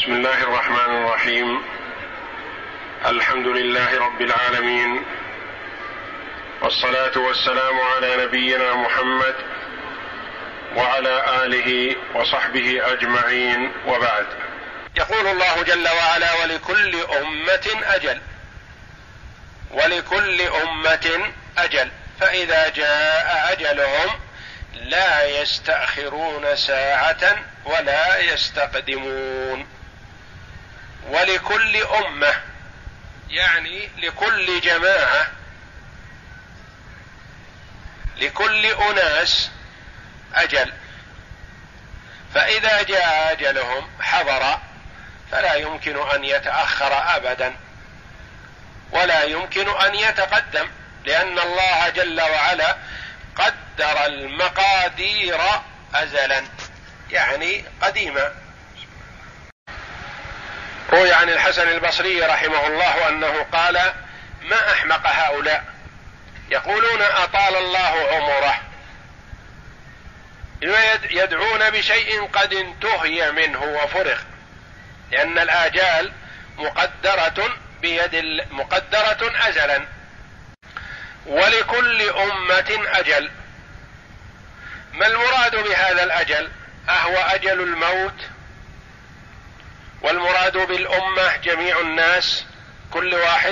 بسم الله الرحمن الرحيم. الحمد لله رب العالمين، والصلاة والسلام على نبينا محمد وعلى آله وصحبه أجمعين، وبعد. يقول الله جل وعلا: ولكل أمة أجل، ولكل أمة أجل، فإذا جاء أجلهم لا يستأخرون ساعة ولا يستقدمون. ولكل أمة يعني لكل جماعة، لكل أناس أجل، فإذا جاء أجلهم حضر، فلا يمكن أن يتأخر أبدا ولا يمكن أن يتقدم، لأن الله جل وعلا قدر المقادير أزلا، يعني قديما. روي عن الحسن البصري رحمه الله أنه قال: ما أحمق هؤلاء يقولون أطال الله عمره، يدعون بشيء قد انتهي منه وفرغ، لأن الآجال مقدرة أزلا. ولكل أمة أجل، ما المراد بهذا الأجل؟ أهو أجل الموت؟ والمراد بالأمة جميع الناس كل واحد؟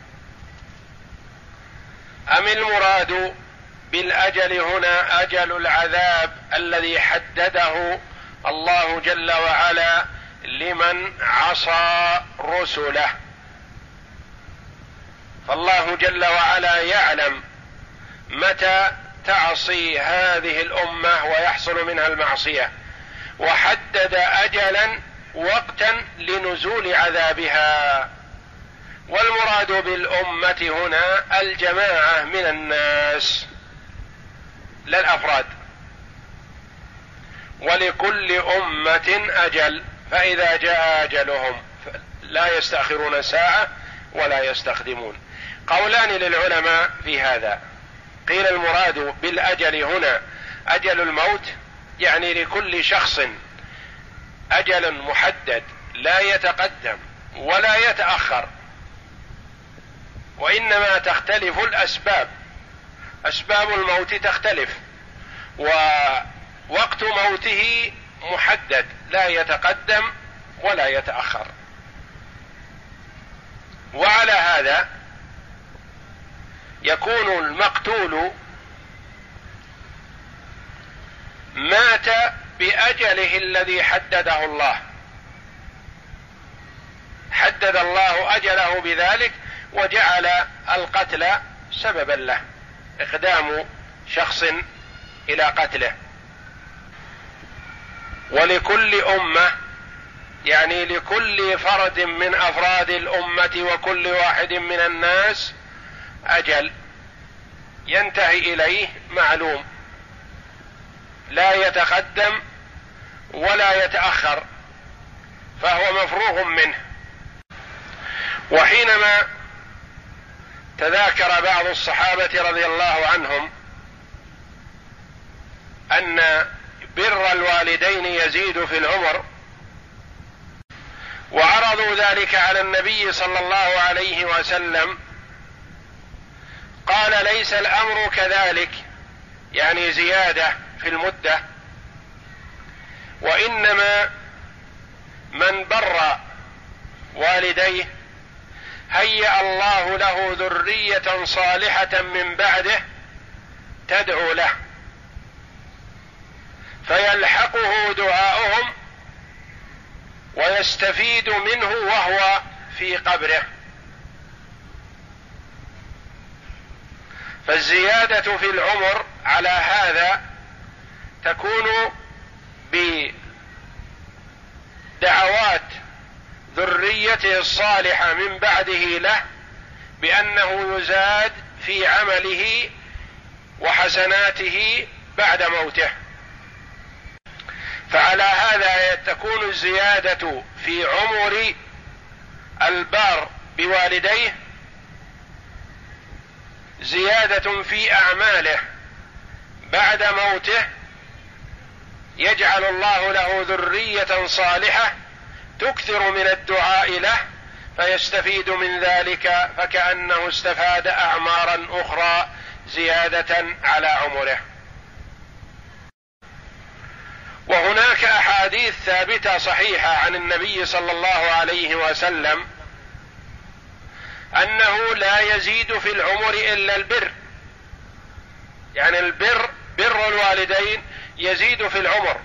أم المراد بالأجل هنا أجل العذاب الذي حدده الله جل وعلا لمن عصى رسله؟ فالله جل وعلا يعلم متى تعصي هذه الأمة ويحصل منها المعصية، وحدد أجلا وقتا لنزول عذابها. والمراد بالأمة هنا الجماعة من الناس لا الأفراد. ولكل أمة أجل، فإذا جاء أجلهم لا يستأخرون ساعة ولا يستقدمون. قولان للعلماء في هذا. قيل المراد بالأجل هنا أجل الموت، يعني لكل شخص أجل محدد لا يتقدم ولا يتأخر، وإنما تختلف الأسباب، أسباب الموت تختلف، ووقت موته محدد لا يتقدم ولا يتأخر. وعلى هذا يكون المقتول مات بأجله الذي حدده الله، حدد الله أجله بذلك وجعل القتل سببا له، إقدام شخص إلى قتله. ولكل أمة يعني لكل فرد من أفراد الأمة وكل واحد من الناس أجل ينتهي إليه معلوم، لا يتقدم ولا يتأخر، فهو مفروغ منه. وحينما تذاكر بعض الصحابة رضي الله عنهم أن بر الوالدين يزيد في العمر، وعرضوا ذلك على النبي صلى الله عليه وسلم، قال: ليس الأمر كذلك، يعني زيادة في المدة، وإنما من بر والديه هيأ الله له ذرية صالحة من بعده تدعو له، فيلحقه دعاؤهم ويستفيد منه وهو في قبره. فالزيادة في العمر على هذا تكون بدعوات ذريته الصالحة من بعده له، بأنه يزاد في عمله وحسناته بعد موته. فعلى هذا تكون الزيادة في عمر البار بوالديه زيادة في أعماله بعد موته، يجعل الله له ذرية صالحة تكثر من الدعاء له فيستفيد من ذلك، فكأنه استفاد أعمارا أخرى زيادة على عمره. وهناك أحاديث ثابتة صحيحة عن النبي صلى الله عليه وسلم أنه لا يزيد في العمر إلا البر، يعني البر، بر الوالدين يزيد في العمر.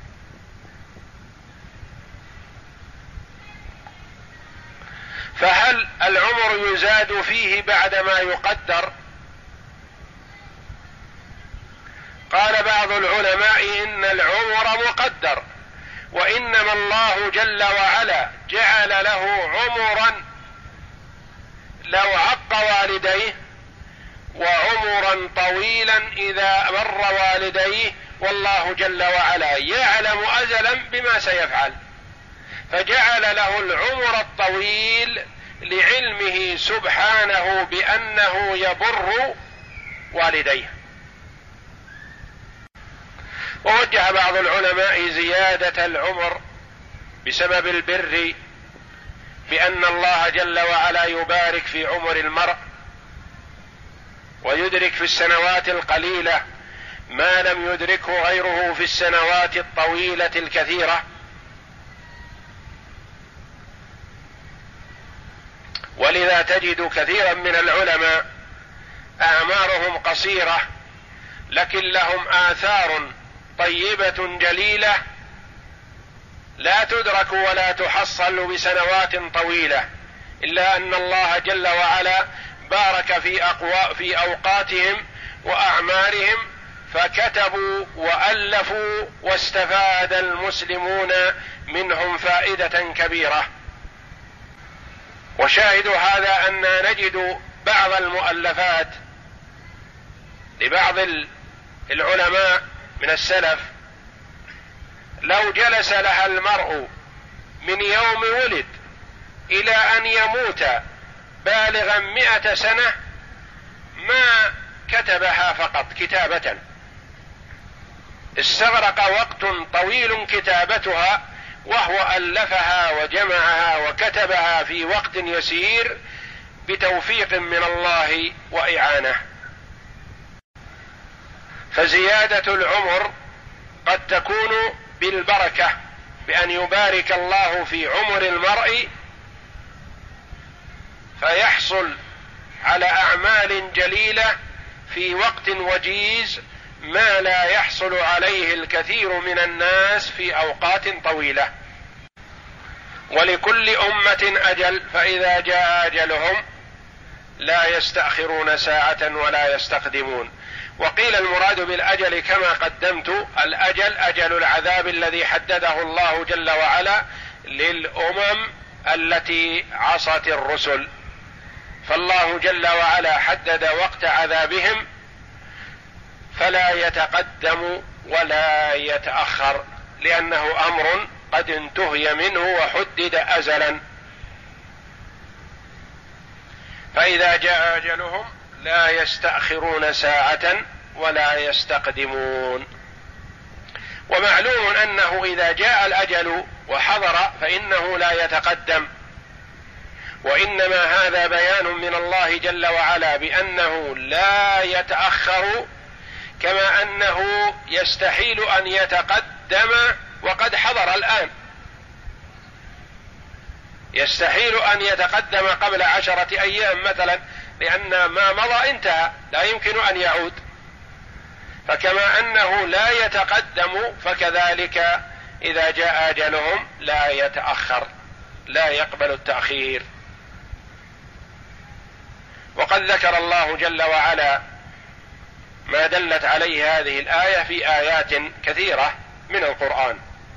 فهل العمر يزاد فيه بعدما يقدر؟ قال بعض العلماء إن العمر مقدر، وإنما الله جل وعلا جعل له عمرا لو عق والديه، وعمرا طويلا إذا بر والديه، والله جل وعلا يعلم أزلا بما سيفعل، فجعل له العمر الطويل لعلمه سبحانه بأنه يبر والديه. ووجه بعض العلماء زيادة العمر بسبب البر بأن الله جل وعلا يبارك في عمر المرء، ويدرك في السنوات القليلة ما لم يدركه غيره في السنوات الطويلة الكثيرة. ولذا تجد كثيرا من العلماء أعمارهم قصيرة لكن لهم آثار طيبة جليلة لا تدرك ولا تحصل بسنوات طويلة، إلا أن الله جل وعلا بارك في أوقاتهم وأعمارهم، فكتبوا وألفوا واستفاد المسلمون منهم فائدة كبيرة. وشاهد هذا أن نجد بعض المؤلفات لبعض العلماء من السلف لو جلس لها المرء من يوم ولد إلى أن يموت بالغا 100 سنة ما كتبها فقط كتابة، استغرق وقت طويل كتابتها، وهو ألفها وجمعها وكتبها في وقت يسير بتوفيق من الله وإعانة. فزيادة العمر قد تكون بالبركة، بأن يبارك الله في عمر المرء فيحصل على أعمال جليلة في وقت وجيز ما لا يحصل عليه الكثير من الناس في أوقات طويلة. ولكل أمة أجل، فإذا جاء أجلهم لا يستأخرون ساعة ولا يستقدمون. وقيل المراد بالأجل كما قدمت، الأجل أجل العذاب الذي حدده الله جل وعلا للأمم التي عصت الرسل، فالله جل وعلا حدد وقت عذابهم فلا يتقدم ولا يتأخر، لأنه أمر قد انتهي منه وحدد أزلا. فإذا جاء أجلهم لا يستأخرون ساعة ولا يستقدمون. ومعلوم أنه إذا جاء الأجل وحضر فإنه لا يتقدم، وإنما هذا بيان من الله جل وعلا بأنه لا يتأخر، كما أنه يستحيل أن يتقدم وقد حضر الآن، يستحيل أن يتقدم قبل 10 أيام مثلا، لأن ما مضى انتهى لا يمكن أن يعود. فكما أنه لا يتقدم فكذلك إذا جاء أجلهم لا يتأخر، لا يقبل التأخير. وقد ذكر الله جل وعلا ما دلت عليه هذه الآية في آيات كثيرة من القرآن،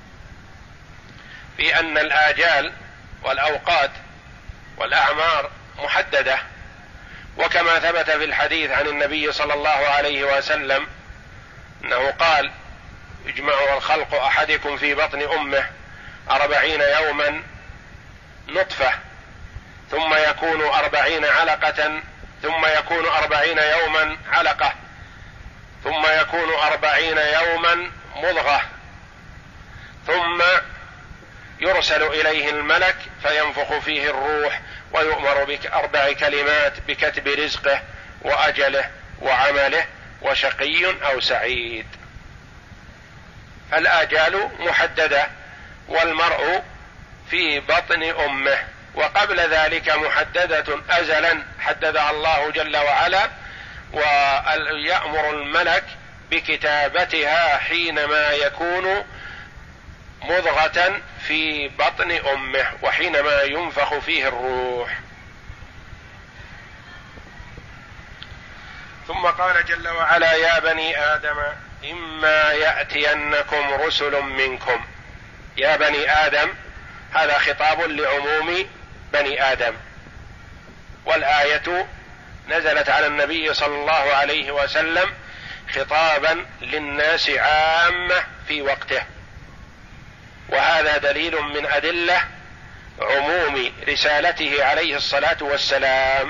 في أن الآجال والأوقات والأعمار محددة، وكما ثبت في الحديث عن النبي صلى الله عليه وسلم أنه قال: يجمع الخلق أحدكم في بطن أمه 40 يوما نطفة، ثم يكون 40 علقة، ثم يكون 40 يوما علقة، ثم يكون 40 يوما مضغة، ثم يرسل إليه الملك فينفخ فيه الروح ويؤمر بأربع كلمات بكتب رزقه وأجله وعمله وشقي أو سعيد. الآجال محددة، والمرء في بطن أمه، وقبل ذلك محددة أزلا حددها الله جل وعلا، ويأمر الملك بكتابتها حينما يكون مضغة في بطن أمه وحينما ينفخ فيه الروح. ثم قال جل وعلا: يا بني آدم إما يأتينكم رسل منكم. يا بني آدم هذا خطاب لعموم بني آدم، والآية نزلت على النبي صلى الله عليه وسلم خطابا للناس عامة في وقته، وهذا دليل من أدلة عموم رسالته عليه الصلاة والسلام.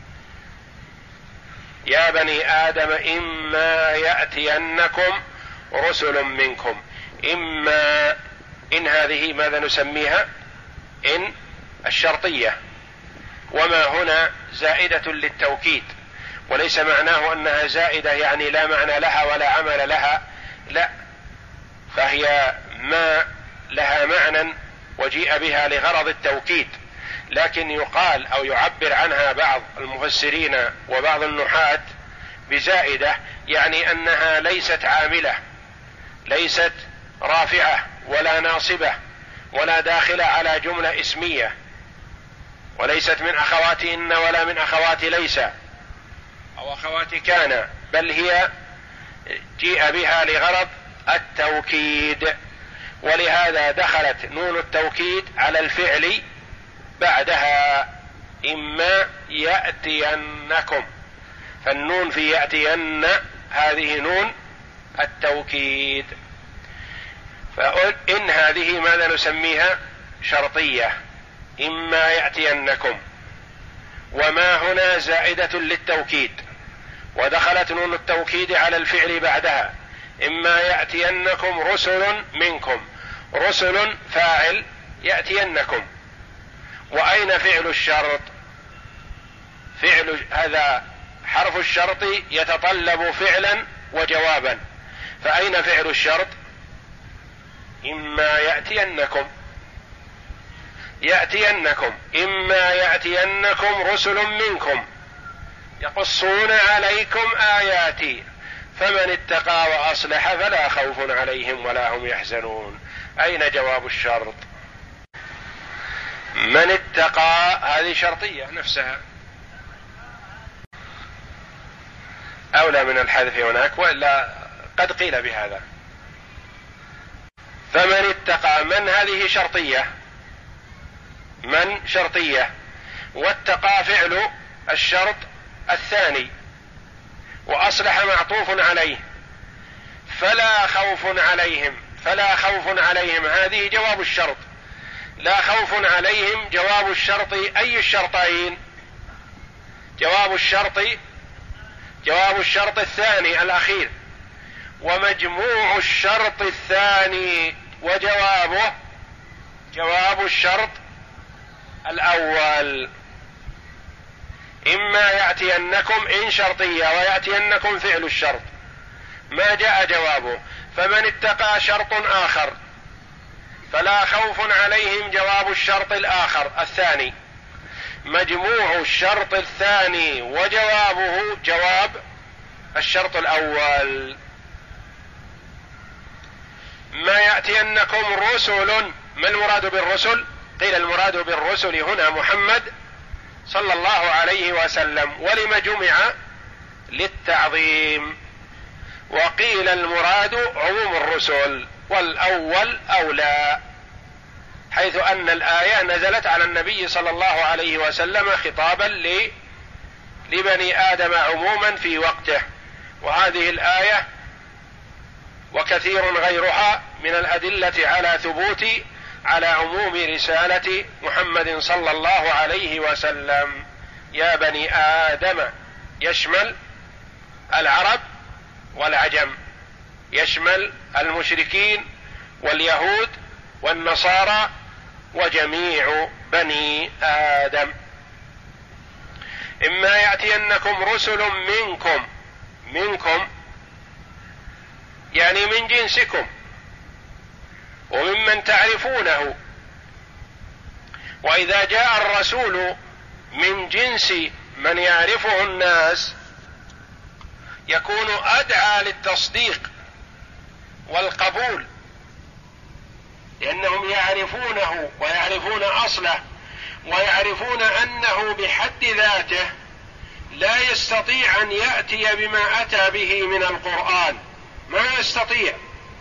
يا بني آدم إما يأتينكم رسل منكم. إما إن هذه ماذا نسميها؟ إن الشرطية، وما هنا زائدة للتوكيد، وليس معناه أنها زائدة يعني لا معنى لها ولا عمل لها، لا، فهي ما لها معنى وجيء بها لغرض التوكيد، لكن يقال أو يعبر عنها بعض المفسرين وبعض النحاة بزائدة، يعني أنها ليست عاملة، ليست رافعة ولا ناصبة ولا داخلة على جملة اسمية، وليست من أخوات إن ولا من أخوات ليس أو أخوات كان، بل هي جيء بها لغرض التوكيد، ولهذا دخلت نون التوكيد على الفعل بعدها. إما يأتينكم، فالنون في يأتين هذه نون التوكيد. فإن هذه ماذا نسميها؟ شرطية، إما يأتينكم، وما هنا زائدة للتوكيد، ودخلت نون التوكيد على الفعل بعدها. إما يأتينكم رسل منكم، رسل فاعل يأتينكم، وأين فعل الشرط؟ فعل هذا حرف الشرط يتطلب فعلا وجوابا، فأين فعل الشرط؟ إما يأتينكم، يأتينكم إما يأتينكم رسل منكم يقصون عليكم آياتي فمن اتقى وأصلح فلا خوف عليهم ولا هم يحزنون. أين جواب الشرط؟ من اتقى هذه شرطية نفسها، أولى من الحذف هناك، وإلا قد قيل بهذا. فمن اتقى، من هذه شرطية، من شرطية، واتقى فعل الشرط الثاني، وأصلح معطوف عليه. فلا خوف عليهم، فلا خوف عليهم هذه جواب الشرط، لا خوف عليهم جواب الشرط. أي الشرطين؟ جواب الشرط الثاني الأخير، ومجموع الشرط الثاني وجوابه جواب الشرط الأول. إما يأتينكم إن شرطية، ويأتينكم فعل الشرط ما جاء جوابه. فمن اتقى شرط آخر، فلا خوف عليهم جواب الشرط الآخر الثاني، مجموع الشرط الثاني وجوابه جواب الشرط الأول. ما يأتينكم رسل، ما المراد بالرسل؟ قيل المراد بالرسل هنا محمد صلى الله عليه وسلم، ولم جمع؟ للتعظيم. وقيل المراد عموم الرسل، والأول أولى، حيث أن الآية نزلت على النبي صلى الله عليه وسلم خطابا لبني آدم عموما في وقته، وهذه الآية وكثير غيرها من الأدلة على ثبوت على عموم رسالة محمد صلى الله عليه وسلم. يا بني آدم يشمل العرب والعجم، يشمل المشركين واليهود والنصارى وجميع بني آدم. إما يأتينكم رسل منكم يعني من جنسكم وممن تعرفونه، وإذا جاء الرسول من جنس من يعرفه الناس يكون أدعى للتصديق والقبول، لأنهم يعرفونه ويعرفون أصله ويعرفون أنه بحد ذاته لا يستطيع أن يأتي بما أتى به من القرآن، ما يستطيع،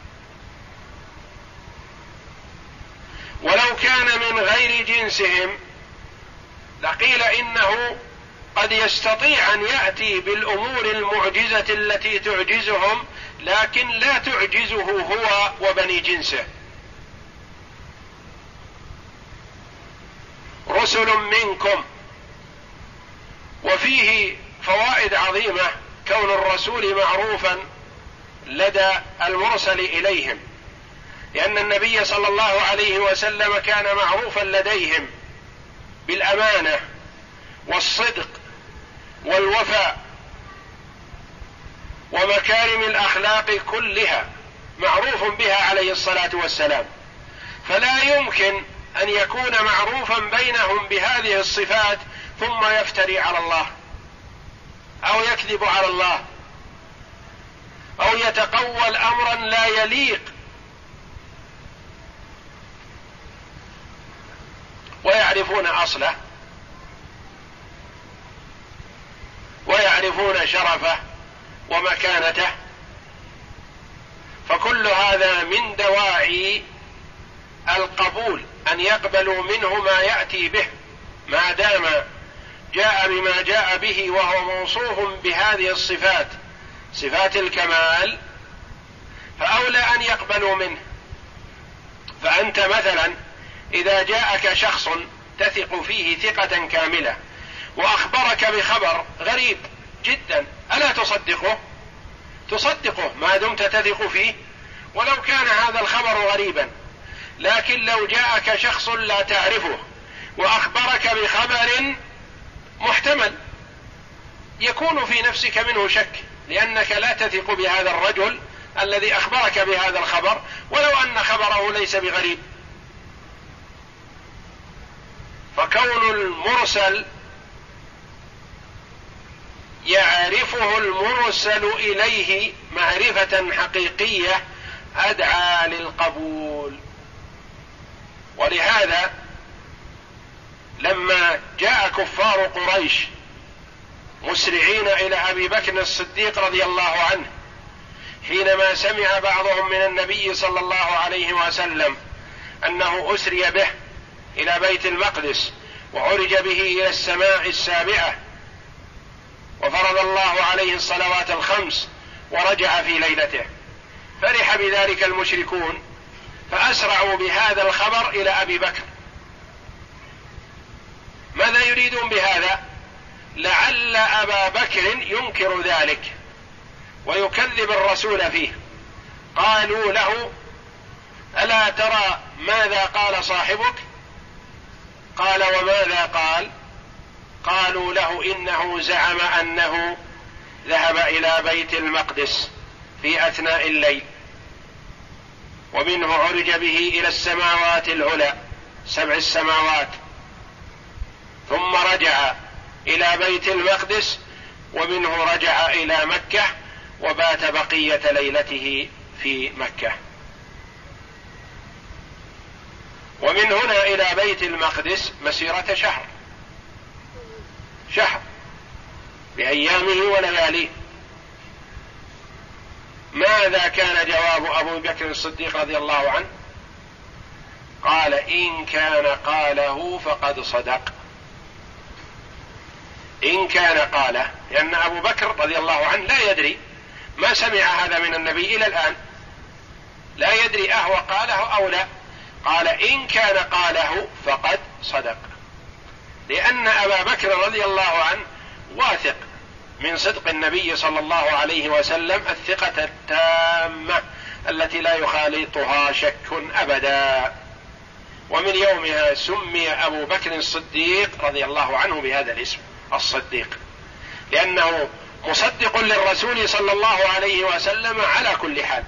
ولو كان من غير جنسهم لقيل إنه قد يستطيع أن يأتي بالأمور المعجزة التي تعجزهم، لكن لا تعجزه هو وبني جنسه. رسل منكم، وفيه فوائد عظيمة كون الرسول معروفا لدى المرسل إليهم، لأن النبي صلى الله عليه وسلم كان معروفا لديهم بالأمانة والصدق والوفاء ومكارم الأخلاق كلها، معروف بها عليه الصلاة والسلام، فلا يمكن أن يكون معروفا بينهم بهذه الصفات ثم يفتري على الله أو يكذب على الله أو يتقول أمرا لا يليق، ويعرفون أصله ويعرفون شرفه ومكانته، فكل هذا من دواعي القبول أن يقبلوا منه ما يأتي به، ما دام جاء بما جاء به وهو موصوف بهذه الصفات، صفات الكمال، فأولى أن يقبلوا منه. فأنت مثلا إذا جاءك شخص تثق فيه ثقة كاملة وأخبرك بخبر غريب جدا، ألا تصدقه؟ تصدقه ما دمت تثق فيه ولو كان هذا الخبر غريبا. لكن لو جاءك شخص لا تعرفه وأخبرك بخبر محتمل يكون في نفسك منه شك، لأنك لا تثق بهذا الرجل الذي أخبرك بهذا الخبر ولو أن خبره ليس بغريب. فكون المرسل يعرفه المرسل إليه معرفة حقيقية أدعى للقبول. ولهذا لما جاء كفار قريش مسرعين إلى أبي بكر الصديق رضي الله عنه حينما سمع بعضهم من النبي صلى الله عليه وسلم أنه أسري به إلى بيت المقدس وعرج به إلى السماء السابعة وفرض الله عليه الصلوات الخمس ورجع في ليلته، فرح بذلك المشركون فأسرعوا بهذا الخبر إلى أبي بكر. ماذا يريدون بهذا؟ لعل أبا بكر ينكر ذلك ويكذب الرسول فيه. قالوا له: ألا ترى ماذا قال صاحبك؟ قال: وماذا قال؟ قالوا له: إنه زعم أنه ذهب إلى بيت المقدس في أثناء الليل ومنه عرج به إلى السماوات العلى 7 السماوات، ثم رجع إلى بيت المقدس ومنه رجع إلى مكة وبات بقية ليلته في مكة. ومن هنا إلى بيت المقدس مسيرة شهر بأيامه ولياليه. ماذا كان جواب أبو بكر الصديق رضي الله عنه؟ قال: إن كان قاله فقد صدق. إن كان قاله، لأن أبو بكر رضي الله عنه لا يدري، ما سمع هذا من النبي إلى الآن، لا يدري أهو قاله أو لا. قال: إن كان قاله فقد صدق، لأن أبا بكر رضي الله عنه واثق من صدق النبي صلى الله عليه وسلم الثقة التامة التي لا يخالطها شك أبدا. ومن يومها سمي أبو بكر الصديق رضي الله عنه بهذا الاسم الصديق، لأنه مصدق للرسول صلى الله عليه وسلم على كل حال.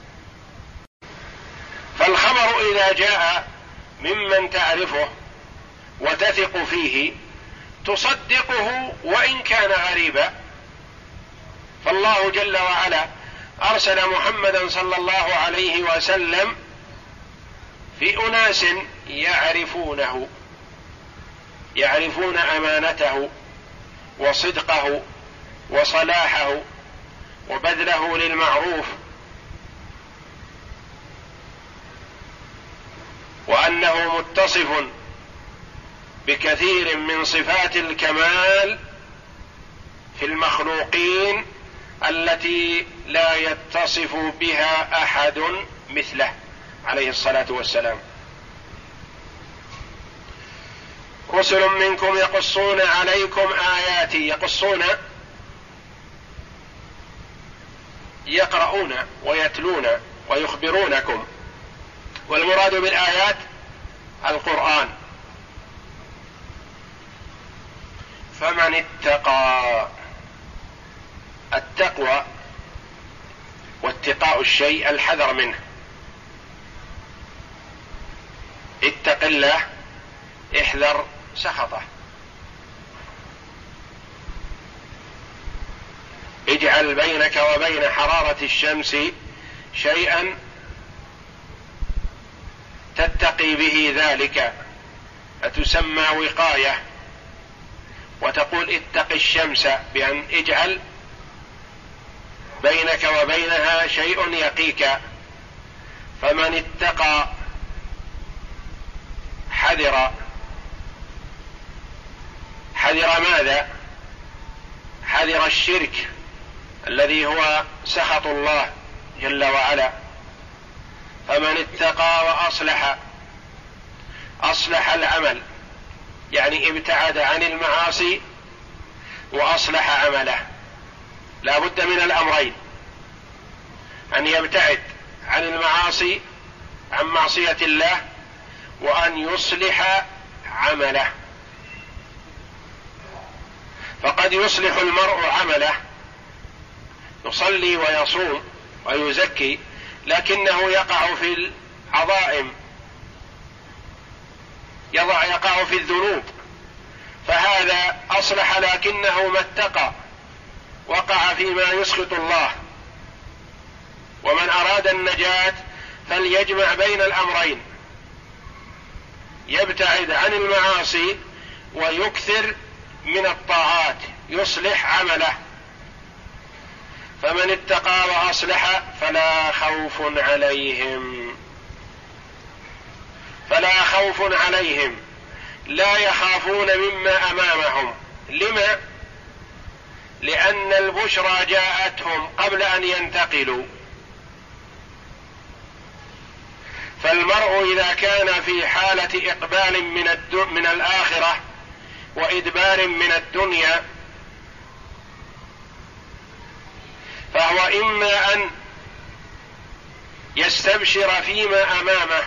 فالخبر إذا جاء ممن تعرفه وتثق فيه تصدقه وإن كان غريبا. فالله جل وعلا أرسل محمدا صلى الله عليه وسلم في أناس يعرفونه، يعرفون أمانته وصدقه وصلاحه وبذله للمعروف، وأنه متصف بكثير من صفات الكمال في المخلوقين التي لا يتصف بها أحد مثله عليه الصلاة والسلام. رسل منكم يقصون عليكم آياتي، يقصون يقرؤون ويتلون ويخبرونكم، والمراد بالآيات القرآن. فمن اتقى، التقوى واتقاء الشيء الحذر منه. اتق الله، احذر سخطه. اجعل بينك وبين حرارة الشمس شيئا تتقي به ذلك، فتسمى وقاية. وتقول اتق الشمس بأن اجعل بينك وبينها شيء يقيك. فمن اتقى حذر. حذر ماذا؟ حذر الشرك الذي هو سخط الله جل وعلا. فمن اتقى وأصلح، أصلح العمل يعني ابتعد عن المعاصي وأصلح عمله. لا بد من الأمرين، أن يبتعد عن المعاصي، عن معصية الله، وأن يصلح عمله. فقد يصلح المرء عمله، يصلي ويصوم ويزكي، لكنه يقع في العظائم، يقع في الذنوب، فهذا أصلح لكنه ما اتقى، وقع فيما يسخط الله. ومن أراد النجاة فليجمع بين الأمرين، يبتعد عن المعاصي ويكثر من الطاعات، يصلح عمله. فمن اتقى وأصلح فلا خوف عليهم، فلا خوف عليهم، لا يخافون مما أمامهم. لما؟ لأن البشرى جاءتهم قبل أن ينتقلوا. فالمرء إذا كان في حالة إقبال من الآخرة وإدبار من الدنيا، فهو إما أن يستبشر فيما أمامه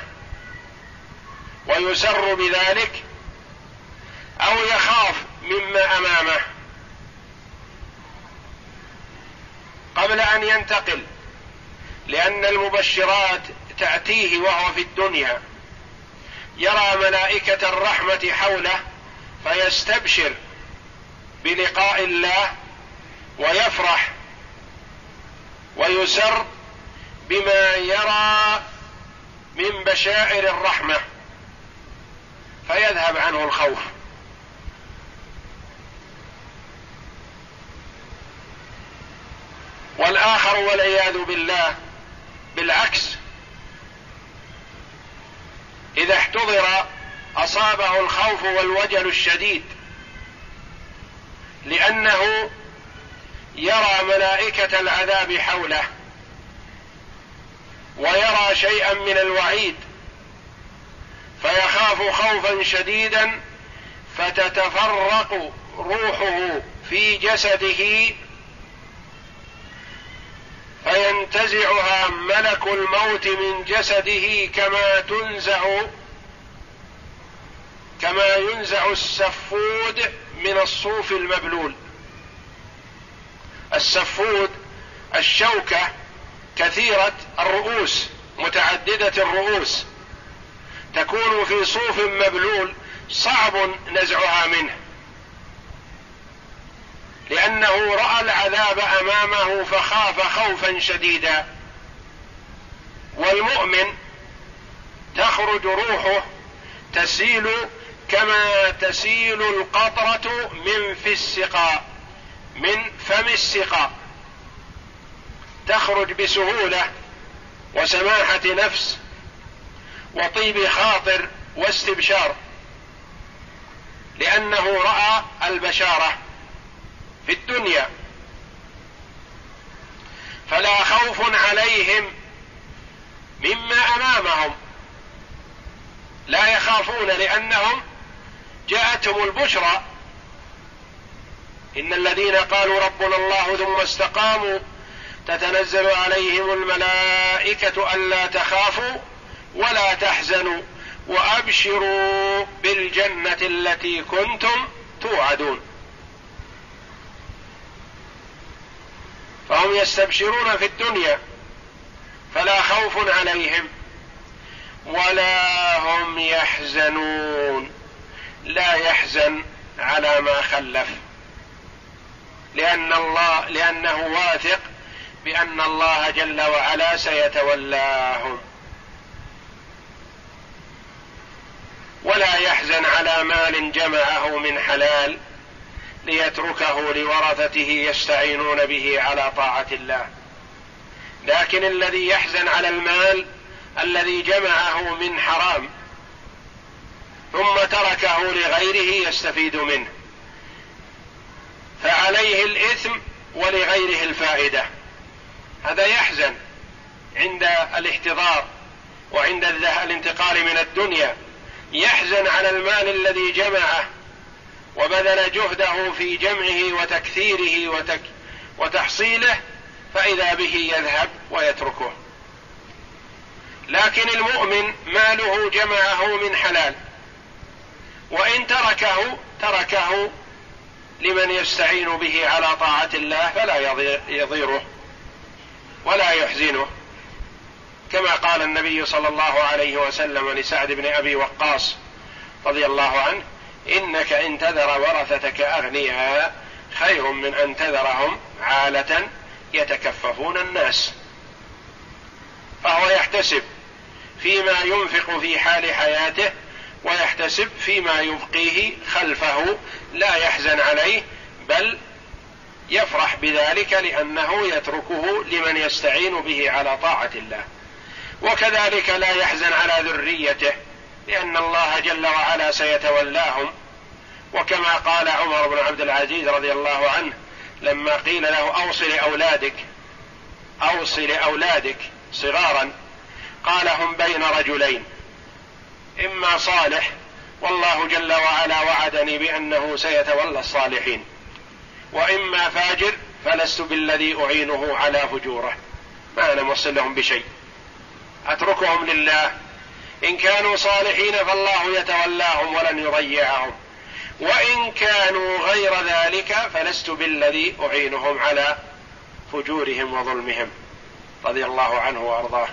ويسر بذلك، أو يخاف مما أمامه قبل أن ينتقل، لأن المبشرات تأتيه وهو في الدنيا، يرى ملائكة الرحمة حوله فيستبشر بلقاء الله ويفرح ويسر بما يرى من بشائر الرحمة، فيذهب عنه الخوف. والآخر والعياذ بالله بالعكس، إذا احتضر أصابه الخوف والوجل الشديد، لأنه يرى ملائكة العذاب حوله ويرى شيئا من الوعيد، فيخاف خوفا شديدا، فتتفرق روحه في جسده فينتزعها ملك الموت من جسده كما تنزع كما ينزع السفود من الصوف المبلول. السفود الشوكة كثيرة الرؤوس متعددة الرؤوس، تكون في صوف مبلول صعب نزعها منه، لأنه رأى العذاب أمامه فخاف خوفا شديدا. والمؤمن تخرج روحه تسيل كما تسيل القطرة من فم السقاء، تخرج بسهولة وسماحة نفس وطيب خاطر واستبشار، لأنه رأى البشارة في الدنيا. فلا خوف عليهم مما أمامهم، لا يخافون لأنهم جاءتهم البشرى. إن الذين قالوا ربنا الله ثم استقاموا تتنزل عليهم الملائكة ألا تخافوا ولا تحزنوا وأبشروا بالجنة التي كنتم توعدون. فهم يستبشرون في الدنيا، فلا خوف عليهم ولا هم يحزنون، لا يحزن على ما خلف، لأنه واثق بأن الله جل وعلا سيتولاهم. ولا يحزن على مال جمعه من حلال ليتركه لورثته يستعينون به على طاعة الله، لكن الذي يحزن على المال الذي جمعه من حرام ثم تركه لغيره يستفيد منه، فعليه الإثم ولغيره الفائدة، هذا يحزن عند الاحتضار وعند الانتقال من الدنيا، يحزن على المال الذي جمعه وبذل جهده في جمعه وتكثيره وتحصيله، فإذا به يذهب ويتركه. لكن المؤمن ماله جمعه من حلال، وإن تركه لمن يستعين به على طاعة الله فلا يضيره ولا يحزنه، كما قال النبي صلى الله عليه وسلم لسعد بن أبي وقاص رضي الله عنه: إنك إن تذر ورثتك أغنياء خير من أن تذرهم عالة يتكففون الناس. فهو يحتسب فيما ينفق في حال حياته ويحتسب فيما يبقيه خلفه، لا يحزن عليه بل يفرح بذلك لأنه يتركه لمن يستعين به على طاعة الله. وكذلك لا يحزن على ذريته لأن الله جل وعلا سيتولاهم، وكما قال عمر بن عبد العزيز رضي الله عنه لما قيل له أوصي لأولادك صغارا، قال: هم بين رجلين، إما صالح والله جل وعلا وعدني بأنه سيتولى الصالحين، وإما فاجر فلست بالذي أعينه على فجوره، ما أنا موصل لهم بشيء، أتركهم لله، إن كانوا صالحين فالله يتولاهم ولن يضيعهم، وإن كانوا غير ذلك فلست بالذي أعينهم على فجورهم وظلمهم، رضي الله عنه وأرضاه.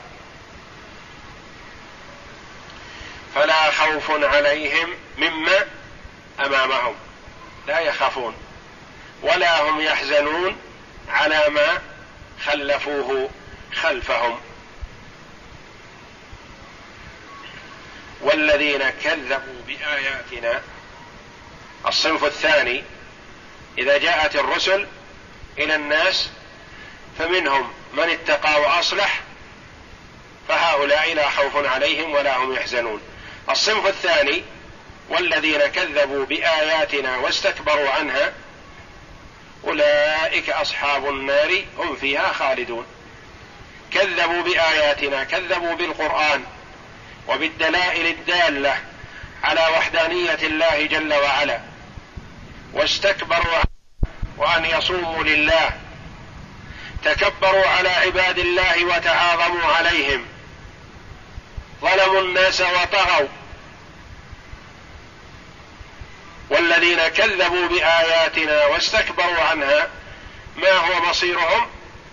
فلا خوف عليهم مما أمامهم، لا يخافون ولا هم يحزنون على ما خلفوه خلفهم. والذين كذبوا بآياتنا، الصنف الثاني، إذا جاءت الرسل إلى الناس فمنهم من اتقى وأصلح، فهؤلاء لا خوف عليهم ولا هم يحزنون. الصنف الثاني: والذين كذبوا بآياتنا واستكبروا عنها أولئك أصحاب النار هم فيها خالدون. كذبوا بآياتنا، كذبوا بالقرآن وبالدلائل الدالة على وحدانية الله جل وعلا، واستكبروا وأن يصوموا لله، تكبروا على عباد الله وتعاظموا عليهم، ظلموا الناس وطغوا، والذين كذبوا بآياتنا واستكبروا عنها ما هو مصيرهم؟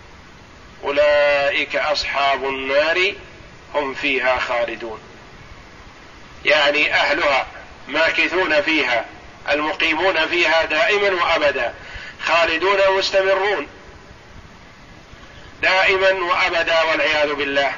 أولئك أصحاب النار هم فيها خالدون. يعني أهلها ماكثون فيها، المقيمون فيها دائما وأبدا، خالدون مستمرون دائما وأبدا والعياذ بالله.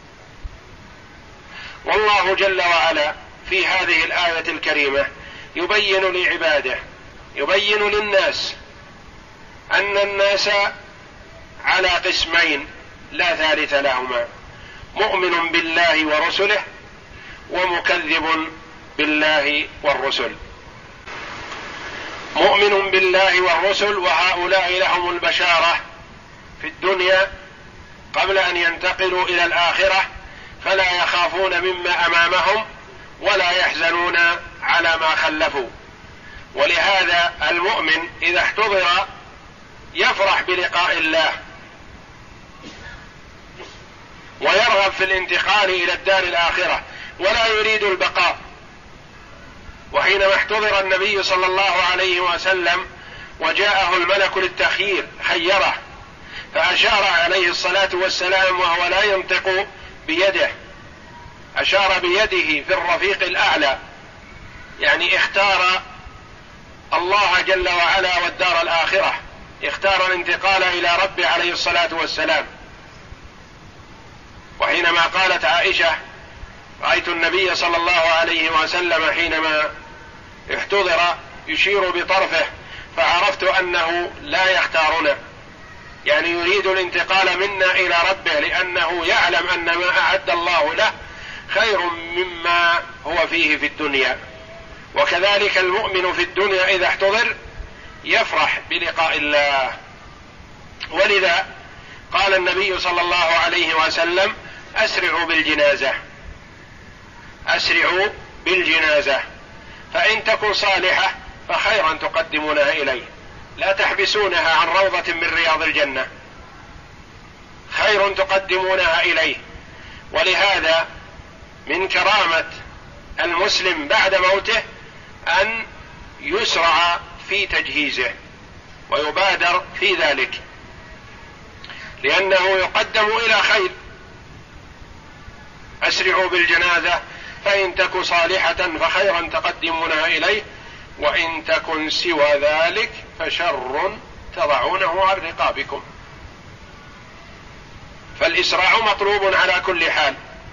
والله جل وعلا في هذه الآية الكريمة يبين لعباده، يبين للناس أن الناس على قسمين لا ثالث لهما: مؤمن بالله ورسله ومكذب بالله والرسل. مؤمن بالله والرسل، وهؤلاء لهم البشارة في الدنيا قبل أن ينتقلوا إلى الآخرة، فلا يخافون مما أمامهم ولا يحزنون على ما خلفوا. ولهذا المؤمن إذا احتضر يفرح بلقاء الله ويرغب في الانتقال إلى الدار الآخرة ولا يريد البقاء. وحينما احتضر النبي صلى الله عليه وسلم وجاءه الملك للتخيير خيره، فأشار عليه الصلاة والسلام وهو لا ينطق بيده، أشار بيده في الرفيق الأعلى، يعني اختار الله جل وعلا والدار الآخرة، اختار الانتقال إلى ربه عليه الصلاة والسلام. وحينما قالت عائشة: رأيت النبي صلى الله عليه وسلم حينما احتضر يشير بطرفه فعرفت أنه لا يختارنا، يعني يريد الانتقال منا إلى ربه، لأنه يعلم أن ما أعد الله له خير مما هو فيه في الدنيا. وكذلك المؤمن في الدنيا إذا احتضر يفرح بلقاء الله. ولذا قال النبي صلى الله عليه وسلم: أسرعوا بالجنازة، أسرعوا بالجنازة، فإن تكن صالحة فخيرا تقدمونها إليه، لا تحبسونها عن روضة من رياض الجنة، خير تقدمونها إليه. ولهذا من كرامة المسلم بعد موته أن يسرع في تجهيزه ويبادر في ذلك، لأنه يقدم إلى خير. أسرعوا بالجنازة فإن تك صالحة فخيرا تقدمونها إليه، وإن تكن سوى ذلك فشر تضعونه عن رقابكم. فالإسراع مطلوب على كل حال.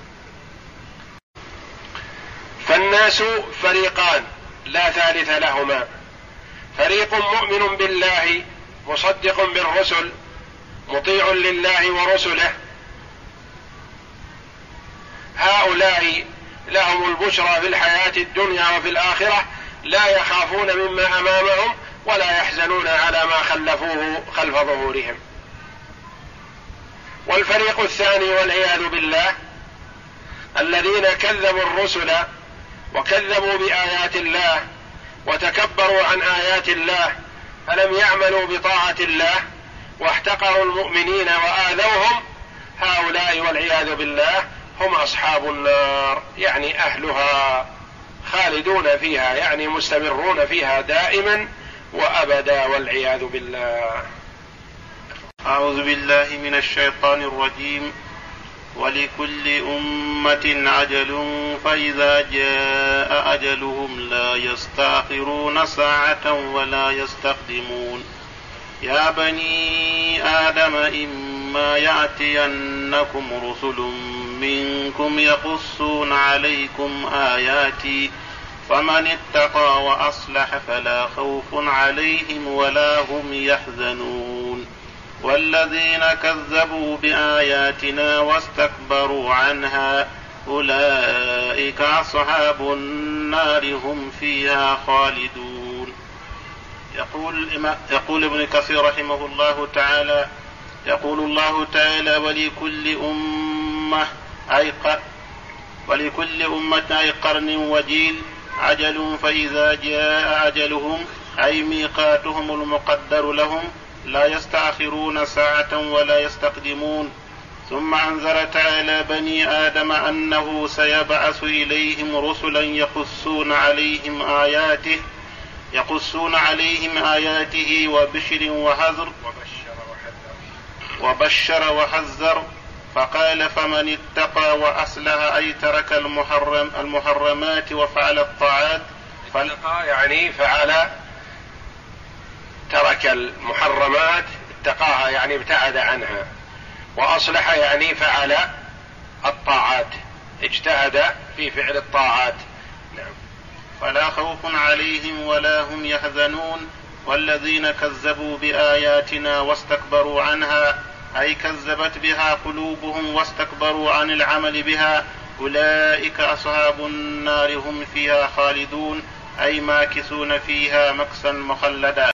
فالناس فريقان لا ثالث لهما: فريق مؤمن بالله مصدق بالرسل مطيع لله ورسله، هؤلاء لهم البشرى في الحياة الدنيا وفي الآخرة، لا يخافون مما أمامهم ولا يحزنون على ما خلفوه خلف ظهورهم. والفريق الثاني والعياذ بالله الذين كذبوا الرسل وكذبوا بآيات الله وتكبروا عن آيات الله، فلم يعملوا بطاعة الله واحتقروا المؤمنين وآذوهم، هؤلاء والعياذ بالله هم أصحاب النار، يعني أهلها خالدون فيها، يعني مستمرون فيها دائما وأبدا والعياذ بالله. أعوذ بالله من الشيطان الرجيم. ولكل أمة عجل فإذا جاء أجلهم لا يستأخرون ساعة ولا يستقدمون. يا بني آدم إما يأتينكم رسل منكم يقصون عليكم آياتي فمن اتقى وأصلح فلا خوف عليهم ولا هم يحزنون. والذين كذبوا بآياتنا واستكبروا عنها أولئك أصحاب النار هم فيها خالدون. يقول ابن كثير رحمه الله تعالى: يقول الله تعالى: ولكل أمة أي قرن وجيل عجل فإذا جاء أجلهم أي ميقاتهم المقدر لهم لا يستأخرون ساعة ولا يستقدمون. ثم أنذر تعالى بني آدم أنه سيبعث إليهم رسلا يقصون عليهم آياته يقصون عليهم آياته وبشر وحذر. فقال فمن اتقى وأصلح أي ترك المحرمات وفعل الطاعات. اتقى يعني فعل، ترك المحرمات، اتقاها يعني ابتعد عنها، وأصلح يعني فعل الطاعات، اجتهد في فعل الطاعات. نعم. فلا خوف عليهم ولا هم يحزنون. والذين كذبوا بآياتنا واستكبروا عنها أي كذبت بها قلوبهم واستكبروا عن العمل بها أولئك أصحاب النار هم فيها خالدون أي ماكثون فيها مكثا مخلدا.